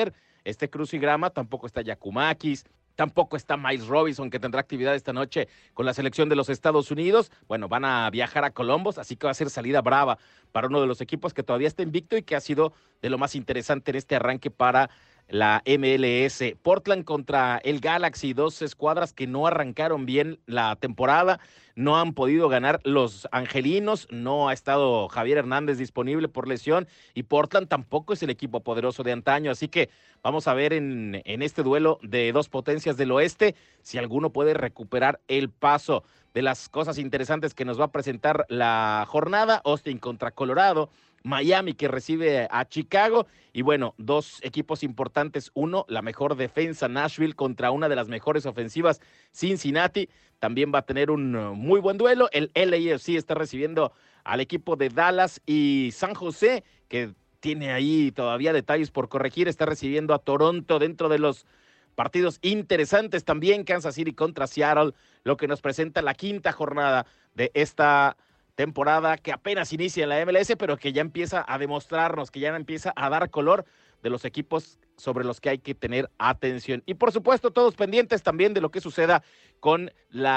este crucigrama, tampoco está Giacomakis, tampoco está Miles Robinson, que tendrá actividad esta noche con la selección de los Estados Unidos. Bueno, van a viajar a Columbus, así que va a ser salida brava para uno de los equipos que todavía está invicto y que ha sido de lo más interesante en este arranque para la M L S. Portland contra el Galaxy, dos escuadras que no arrancaron bien la temporada, no han podido ganar los angelinos, no ha estado Javier Hernández disponible por lesión y Portland tampoco es el equipo poderoso de antaño, así que vamos a ver en, en este duelo de dos potencias del oeste si alguno puede recuperar el paso. De las cosas interesantes que nos va a presentar la jornada, Austin contra Colorado, Miami que recibe a Chicago y bueno, dos equipos importantes. Uno, la mejor defensa Nashville contra una de las mejores ofensivas Cincinnati. También va a tener un muy buen duelo. El L A F C está recibiendo al equipo de Dallas y San José, que tiene ahí todavía detalles por corregir. Está recibiendo a Toronto dentro de los partidos interesantes también. Kansas City contra Seattle, lo que nos presenta la quinta jornada de esta temporada que apenas inicia en la M L S, pero que ya empieza a demostrarnos, que ya empieza a dar color de los equipos sobre los que hay que tener atención. Y por supuesto, todos pendientes también de lo que suceda con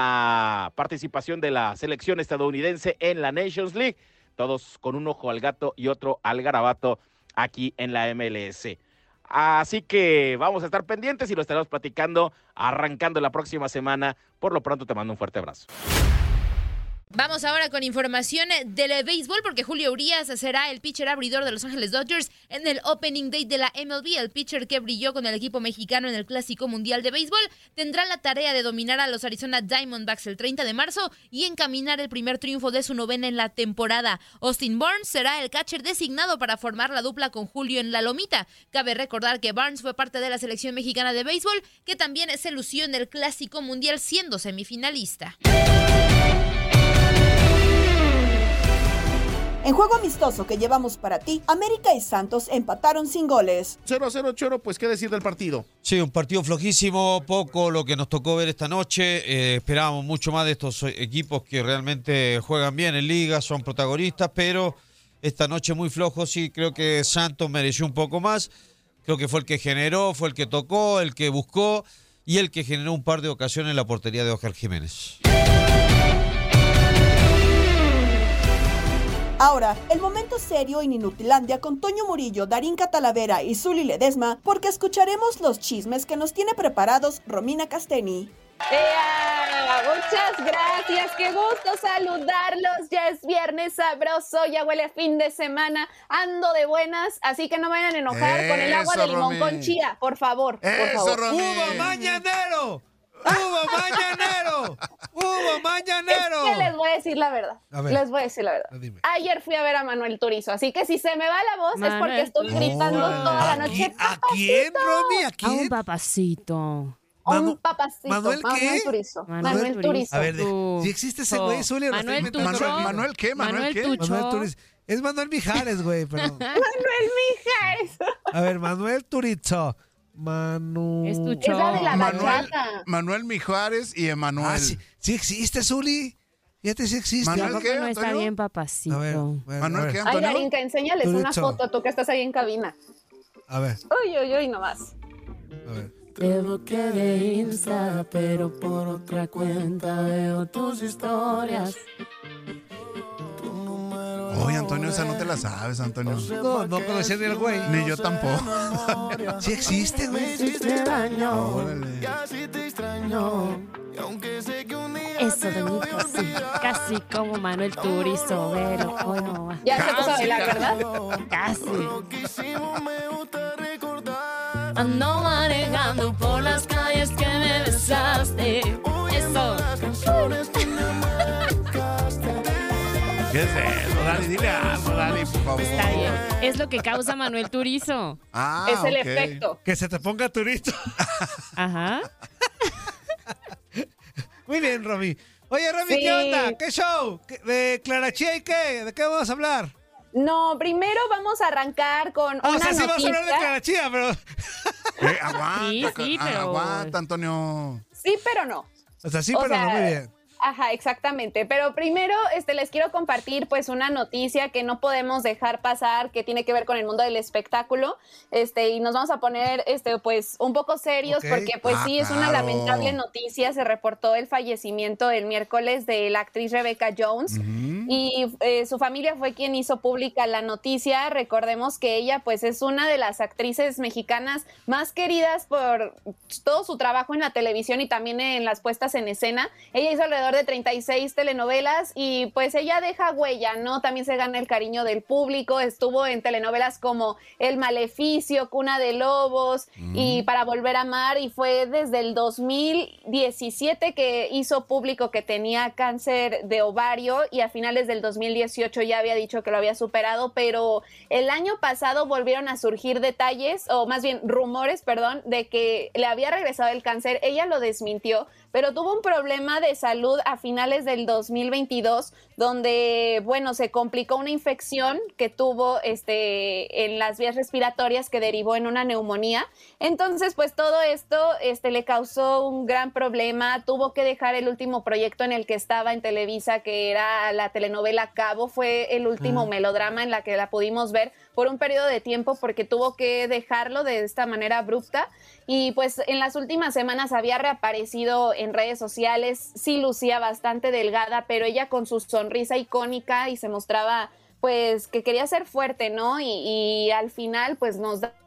la participación de la selección estadounidense en la Nations League. Todos con un ojo al gato y otro al garabato aquí en la M L S. Así que vamos a estar pendientes y lo estaremos platicando arrancando la próxima semana. Por lo pronto te mando un fuerte abrazo. Vamos ahora con información del béisbol porque Julio Urías será el pitcher abridor de Los Ángeles Dodgers en el Opening Day de la M L B. El pitcher que brilló con el equipo mexicano en el Clásico Mundial de Béisbol tendrá la tarea de dominar a los Arizona Diamondbacks el treinta de marzo y encaminar el primer triunfo de su novena en la temporada. Austin Barnes será el catcher designado para formar la dupla con Julio en la lomita. Cabe recordar que Barnes fue parte de la selección mexicana de béisbol que también se lució en el Clásico Mundial siendo semifinalista. En juego amistoso que llevamos para ti, América y Santos empataron sin goles. cero a cero, Choro, pues ¿qué decir del partido? Sí, un partido flojísimo, poco lo que nos tocó ver esta noche. Eh, esperábamos mucho más de estos equipos que realmente juegan bien en liga, son protagonistas, pero esta noche muy flojo. Sí, creo que Santos mereció un poco más. Creo que fue el que generó, fue el que tocó, el que buscó y el que generó un par de ocasiones en la portería de Oscar Jiménez. Ahora, el momento serio en Inutilandia con Toño Murillo, Darín Catalavera y Zuli Ledesma, porque escucharemos los chismes que nos tiene preparados Romina Casteni. ¡Ea! Muchas gracias, qué gusto saludarlos, ya es viernes sabroso, ya huele a fin de semana, ando de buenas, así que no vayan a enojar Eso, con el agua de limón Romy. con chía, por favor, por Eso, favor. Romy. ¡Hubo mañanero! ¡Hubo mañanero! ¡Hubo mañanero! Es que les voy a decir la verdad. A ver. Les voy a decir la verdad. Dime. Ayer fui a ver a Manuel Turizo, así que si se me va la voz es porque estoy gritando Oh, toda la ¿a noche. quién- ¿A quién, Romy? ¿A A quién? un papacito. Un papacito. ¿Manuel qué? Manuel Turizo. Manuel Manuel Turizo. Turizo. A ver, de- ¿sí existe ese güey? Zuli, ¿o lo está Manuel inventando? Tucho. Manuel- ¿Manuel qué? ¿Manuel, Manuel qué? Tucho. Manuel Turizo. Es Manuel Mijares, güey, pero... Manuel Mijares. A ver, Manuel Turizo. Manu... Es Tucho. Es la de la Manuel, bachata. Manuel Mijares y Emanuel. Ah, sí, sí existe, Zuli. Fíjate, sí existe. Manuel, ¿A poco ¿qué, no está Antonio? bien, papacito? A ver, bueno, Manuel, a ver. ¿qué, Ay, Antonio? Darinka, enséñales una Turizo. foto, tú que estás ahí en cabina. A ver, Uy, uy, uy, nomás. a ver. Te bloqueé de Insta, pero por otra cuenta veo tus historias. Oye, Antonio, esa no te la sabes, Antonio. No, no conocía ni el güey. Ni yo tampoco. Sí existe, Me güey. hiciste daño. Órale. Eso, Doñito, sí. Casi como Manuel Turizo, pero hoy no va. Ya se puso a bailar, ¿verdad? Casi. Ando manejando por las calles que me besaste. Eso. ¿Qué es eso? Dani, dile algo, Dani, por favor. Está bien. Es lo que causa Manuel Turizo. Ah, Es el ok. efecto. Que se te ponga turito. Ajá. Muy bien, Romy. Oye, Romy, Sí. ¿qué onda? ¿Qué show? ¿Qué- ¿De Clara Chía y qué? ¿De qué vamos a hablar? No, primero vamos a arrancar con Ah, una o sea, sí vas a noticia. hablar de Clara Chía, pero... Eh, aguanta, Sí, sí, ah, pero- aguanta, Antonio. Sí, pero no. O sea, sí, O pero sea, no, muy bien. Ajá, exactamente. Pero primero este, les quiero compartir pues una noticia que no podemos dejar pasar, que tiene que ver con el mundo del espectáculo. Este, y nos vamos a poner este, pues un poco serios, Ok. porque pues Ah, sí, es una claro. lamentable noticia. Se reportó el fallecimiento el miércoles de la actriz Rebecca Jones. Y eh, su familia fue quien hizo pública la noticia. Recordemos que ella pues es una de las actrices mexicanas más queridas por todo su trabajo en la televisión y también en las puestas en escena. Ella hizo alrededor de treinta y seis telenovelas y pues ella deja huella, ¿no? También se gana el cariño del público. Estuvo en telenovelas como El Maleficio, Cuna de Lobos y Para Volver a Amar, y fue desde el dos mil diecisiete que hizo público que tenía cáncer de ovario, y a finales del dos mil dieciocho ya había dicho que lo había superado, pero el año pasado volvieron a surgir detalles, o más bien rumores, perdón, de que le había regresado el cáncer. Ella lo desmintió, pero tuvo un problema de salud a finales del dos mil veintidós, donde, bueno, se complicó una infección que tuvo este, en las vías respiratorias que derivó en una neumonía. Entonces, pues todo esto este, le causó un gran problema. Tuvo que dejar el último proyecto en el que estaba en Televisa, que era la telenovela Cabo. Fue el último Mm. melodrama en la que la pudimos ver por un periodo de tiempo, porque tuvo que dejarlo de esta manera abrupta. Y pues en las últimas semanas había reaparecido en redes sociales. Sí lucía bastante delgada, pero ella con su sonrisa icónica, y se mostraba pues que quería ser fuerte, ¿no? Y, y al final pues nos da...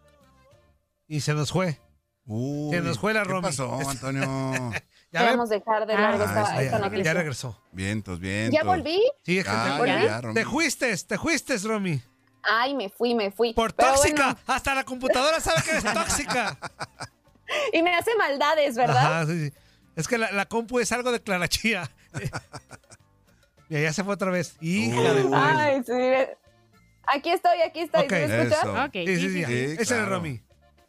Y se nos fue. Uy, se nos fue la ¿qué Romy. pasó, Antonio? Ya Queremos dejar de largo Ah, esta, ya, esta ya, noticia. Ya regresó. Vientos, vientos. ¿Ya volví? Sí, es que Ya, te, ya, ya, Romy. te fuiste, te fuiste, Romy. Ay, me fui, me fui. Por Pero tóxica. bueno, Hasta la computadora sabe que eres tóxica. y me hace maldades, ¿verdad? Ajá, sí, sí. Es que la, la compu es algo de clarachía. Y allá se fue otra vez. Hija de madre. Ay, sí. Aquí estoy, aquí estoy. Ok. ¿Sí me escuchas? Eso. Sí, sí, sí. Sí, Ese es claro. Romy.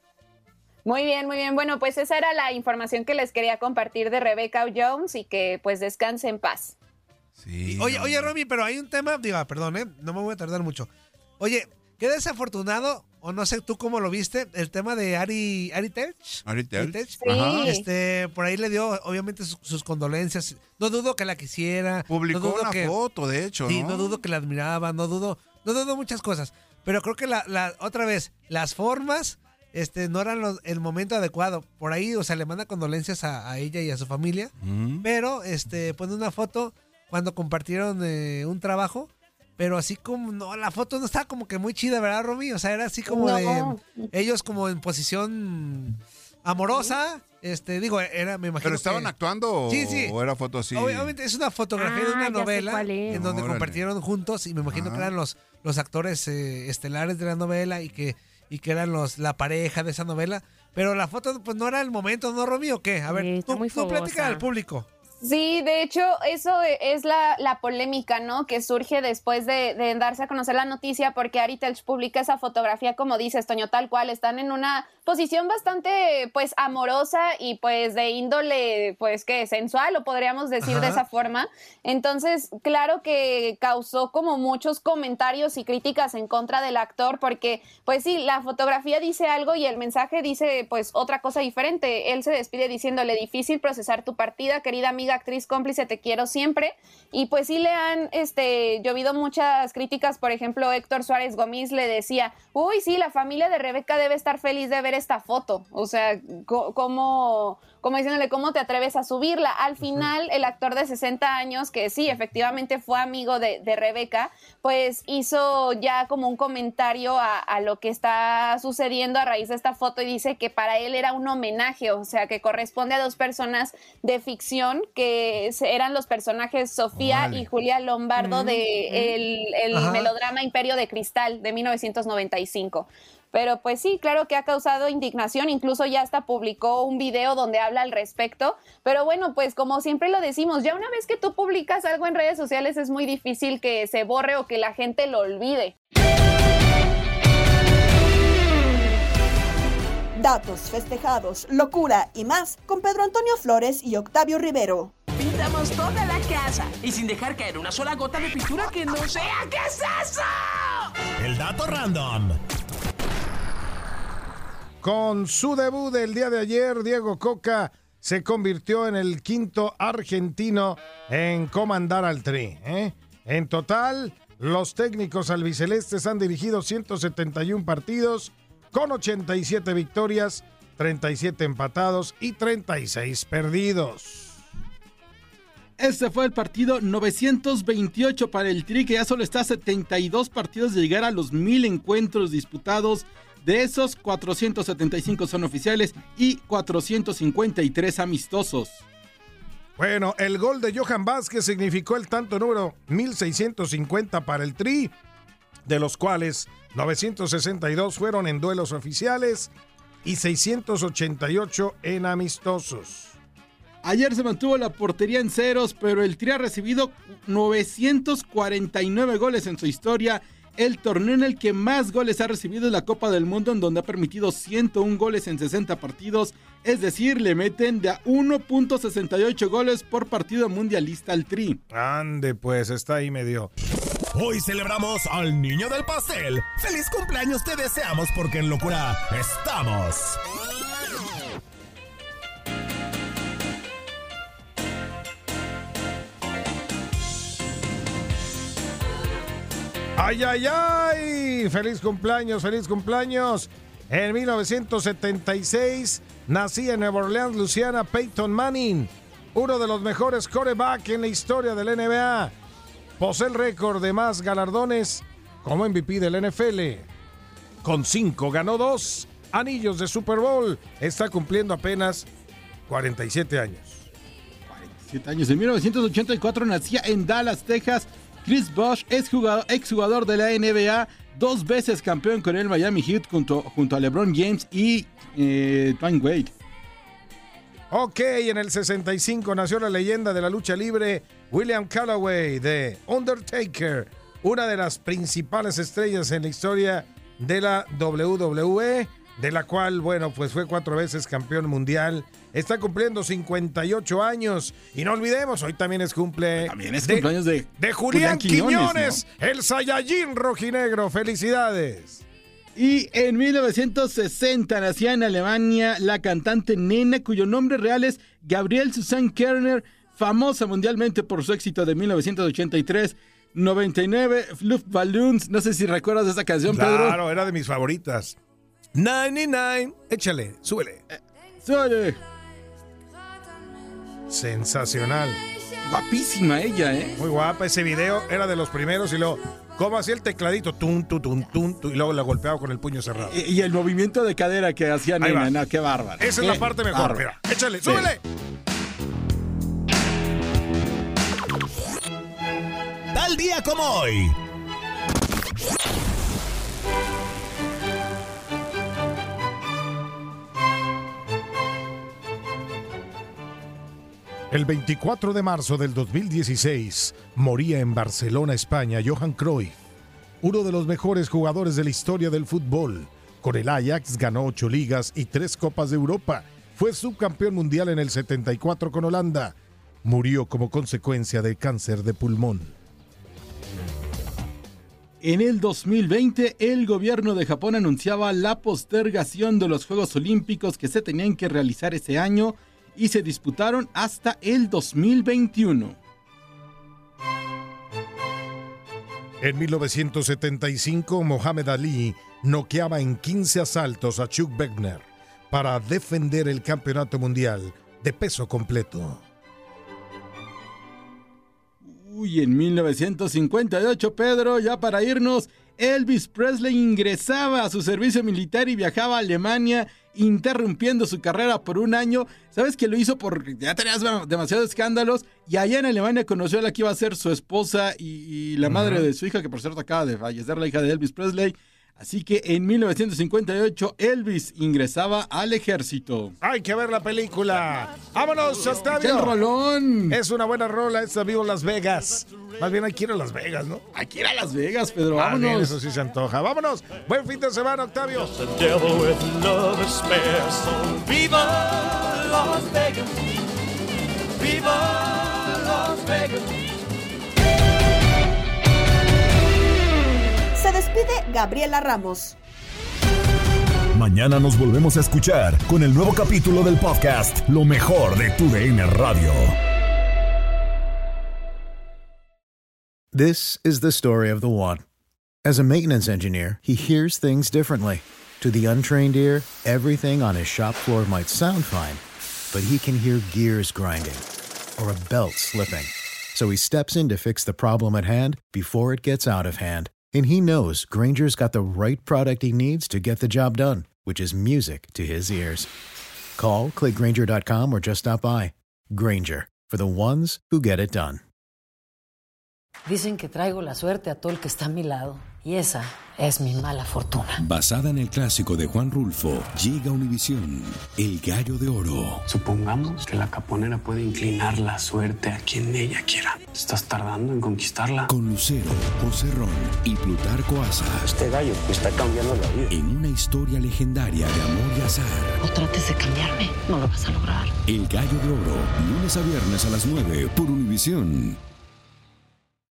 Muy bien, muy bien. Bueno, pues esa era la información que les quería compartir de Rebecca Jones, y que pues descanse en paz. Sí, Oye, no, oye, no. Romy, pero hay un tema, digo, ah, perdón, ¿eh? No me voy a tardar mucho. Oye, qué desafortunado, o no sé tú cómo lo viste, el tema de Ari, Ari Telch. Ari Telch. Sí. Ajá. Este, por ahí le dio, obviamente, sus, sus condolencias. No dudo que la quisiera. Publicó no dudo una que, foto, de hecho, Sí, ¿no? no dudo que la admiraba, no dudo, no dudo muchas cosas. Pero creo que la, la otra vez, las formas, este, no eran los- el momento adecuado. Por ahí, o sea, le manda condolencias a, a ella y a su familia. Mm. Pero, este, pone una foto cuando compartieron eh, un trabajo. Pero así como, no, la foto no estaba como que muy chida, ¿verdad, Romy? O sea, era así como No. de ellos como en posición amorosa. Este, digo, era, me imagino ¿Pero estaban que- actuando o, Sí, sí. o era foto así? Obviamente es una fotografía de Ah, una ya sé novela cuál es. en donde Órale. compartieron juntos, y me imagino Ajá. que eran los, los actores eh, estelares de la novela, y que, y que eran los la pareja de esa novela. Pero la foto pues no era el momento, ¿no, Romy, o qué? A ver, Sí, está tú, muy tú platica fogosa. al público. Sí, de hecho, eso es la, la polémica, ¿no? Que surge después de, de darse a conocer la noticia, porque Ari Telch publica esa fotografía, como dices, Toño, tal cual. Están en una posición bastante, pues, amorosa y, pues, de índole, pues, ¿qué? Sensual, lo podríamos decir Ajá. de esa forma. Entonces, claro que causó como muchos comentarios y críticas en contra del actor, porque, pues sí, la fotografía dice algo y el mensaje dice, pues, otra cosa diferente. Él se despide diciéndole: difícil procesar tu partida, querida amiga, actriz cómplice, te quiero siempre. Y pues sí le han este, llovido muchas críticas. Por ejemplo, Héctor Suárez Gómez le decía: uy, sí, la familia de Rebeca debe estar feliz de ver esta foto. O sea, co- ¿cómo, como diciéndole, ¿cómo te atreves a subirla? Al final, el actor de sesenta años, que sí, efectivamente fue amigo de, de Rebeca, pues hizo ya como un comentario a, a lo que está sucediendo a raíz de esta foto, y dice que para él era un homenaje, o sea, que corresponde a dos personas de ficción, que se- eran los personajes Sofía Órale. y Julia Lombardo Mm, de el, el Ajá. melodrama Imperio de Cristal de mil novecientos noventa y cinco. Pero pues sí, claro que ha causado indignación, incluso ya hasta publicó un video donde habla al respecto. Pero bueno, pues como siempre lo decimos, ya una vez que tú publicas algo en redes sociales es muy difícil que se borre o que la gente lo olvide. Datos, festejados, locura y más con Pedro Antonio Flores y Octavio Rivero. Pintamos toda la casa y sin dejar caer una sola gota de pintura que no sea. ¿Qué es eso? El dato random. Con su debut del día de ayer, Diego Coca se convirtió en el quinto argentino en comandar al Tri. ¿eh? En total, los técnicos albicelestes han dirigido ciento setenta y uno partidos con ochenta y siete victorias, treinta y siete empatados y treinta y seis perdidos. Este fue el partido novecientos veintiocho para el Tri, que ya solo está a setenta y dos partidos de llegar a los mil encuentros disputados. De esos, cuatrocientos setenta y cinco son oficiales y cuatrocientos cincuenta y tres amistosos. Bueno, el gol de Johan Vázquez significó el tanto número mil seiscientos cincuenta para el Tri, de los cuales novecientos sesenta y dos fueron en duelos oficiales y seiscientos ochenta y ocho en amistosos. Ayer se mantuvo la portería en ceros, pero el Tri ha recibido novecientos cuarenta y nueve goles en su historia. El torneo en el que más goles ha recibido es la Copa del Mundo, en donde ha permitido ciento uno goles en sesenta partidos. Es decir, le meten de a uno punto sesenta y ocho goles por partido mundialista al Tri. Ande, pues, está ahí medio. Hoy celebramos al niño del pastel. ¡Feliz cumpleaños te deseamos porque en locura estamos! ¡Ay, ay, ay! ¡Feliz cumpleaños, feliz cumpleaños! En mil novecientos setenta y seis nacía en Nueva Orleans, Luisiana, Peyton Manning, uno de los mejores quarterback en la historia de la N B A. Posee el récord de más galardones como M V P de la N F L. Con cinco ganó dos anillos de Super Bowl. Está cumpliendo apenas cuarenta y siete años. cuarenta y siete años. En mil novecientos ochenta y cuatro nacía en Dallas, Texas, Chris Bosh, exjugador, exjugador de la N B A, dos veces campeón con el Miami Heat junto, junto a LeBron James y eh, Dwayne Wade. Ok, en el sesenta y cinco nació la leyenda de la lucha libre William Calloway de Undertaker, una de las principales estrellas en la historia de la W W E, de la cual, bueno, pues fue cuatro veces campeón mundial. Está cumpliendo cincuenta y ocho años. Y no olvidemos, hoy también es cumple... También es de, cumpleaños de, de Julián, Julián Quiñones, Quiñones, ¿no? El Saiyajin rojinegro. ¡Felicidades! Y en mil novecientos sesenta nacía en Alemania la cantante nena, cuyo nombre real es Gabrielle Susanne Kerner, famosa mundialmente por su éxito de mil novecientos ochenta y tres, noventa y nueve, Luftballons. No sé si recuerdas esa canción, claro, Pedro. Claro, era de mis favoritas. noventa y nueve, échale, súbele. Eh, súbele. Sensacional. Guapísima ella, ¿eh? Muy guapa. Ese video era de los primeros y luego, ¿cómo hacía el tecladito? Tum, tum, tum, tum, tum, y luego la golpeaba con el puño cerrado. Y, y el movimiento de cadera que hacía nena, no, qué bárbaro. Esa qué es la parte mejor, bárbaro. mira. Échale, Sí. súbele. Tal día como hoy. El veinticuatro de marzo del dos mil dieciséis moría en Barcelona, España, Johan Cruyff, uno de los mejores jugadores de la historia del fútbol. Con el Ajax ganó ocho ligas y tres Copas de Europa. Fue subcampeón mundial en el setenta y cuatro con Holanda. Murió como consecuencia de cáncer de pulmón. En el dos mil veinte, el gobierno de Japón anunciaba la postergación de los Juegos Olímpicos que se tenían que realizar ese año y se disputaron hasta el dos mil veintiuno. En mil novecientos setenta y cinco, Mohamed Ali noqueaba en quince asaltos a Chuck Wegner para defender el campeonato mundial de peso completo. Uy, en mil novecientos cincuenta y ocho, Pedro, ya para irnos, Elvis Presley ingresaba a su servicio militar y viajaba a Alemania, interrumpiendo su carrera por un año. ¿Sabes que lo hizo porque ya tenías demasiados escándalos? Y allá en Alemania conoció a la que iba a ser su esposa y, y la madre uh-huh. de su hija, que por cierto acaba de fallecer, la hija de Elvis Presley. Así que en mil novecientos cincuenta y ocho Elvis ingresaba al ejército. Hay que ver la película. ¡Vámonos, Octavio! ¡El rolón! Es una buena rola, esta vivo Las Vegas. Más bien hay que ir a Las Vegas, ¿no? Hay que ir a Las Vegas, Pedro, ah, vámonos. Bien, eso sí se antoja. ¡Vámonos! Buen fin de semana, Octavio. ¡Viva Las Vegas! ¡Viva Las Vegas! Se despide Gabriela Ramos. Mañana nos volvemos a escuchar con el nuevo capítulo del podcast Lo mejor de tu D N Radio. This is the story of the one. As a maintenance engineer, he hears things differently. To the untrained ear, everything on his shop floor might sound fine, but he can hear gears grinding or a belt slipping. So he steps in to fix the problem at hand before it gets out of hand. And he knows Grainger's got the right product he needs to get the job done, which is music to his ears. Call, click Grainger dot com, or just stop by. Grainger, for the ones who get it done. Dicen que traigo la suerte a todo el que está a mi lado. Y esa es mi mala fortuna. Basada en el clásico de Juan Rulfo, llega a Univisión, El Gallo de Oro. Supongamos que la caponera puede inclinar la suerte a quien ella quiera. ¿Estás tardando en conquistarla? Con Lucero, José Ron y Plutarco Asa. Este gallo me está cambiando la vida. En una historia legendaria de amor y azar. No trates de cambiarme, no lo vas a lograr. El Gallo de Oro, lunes a viernes a las nueve por Univisión.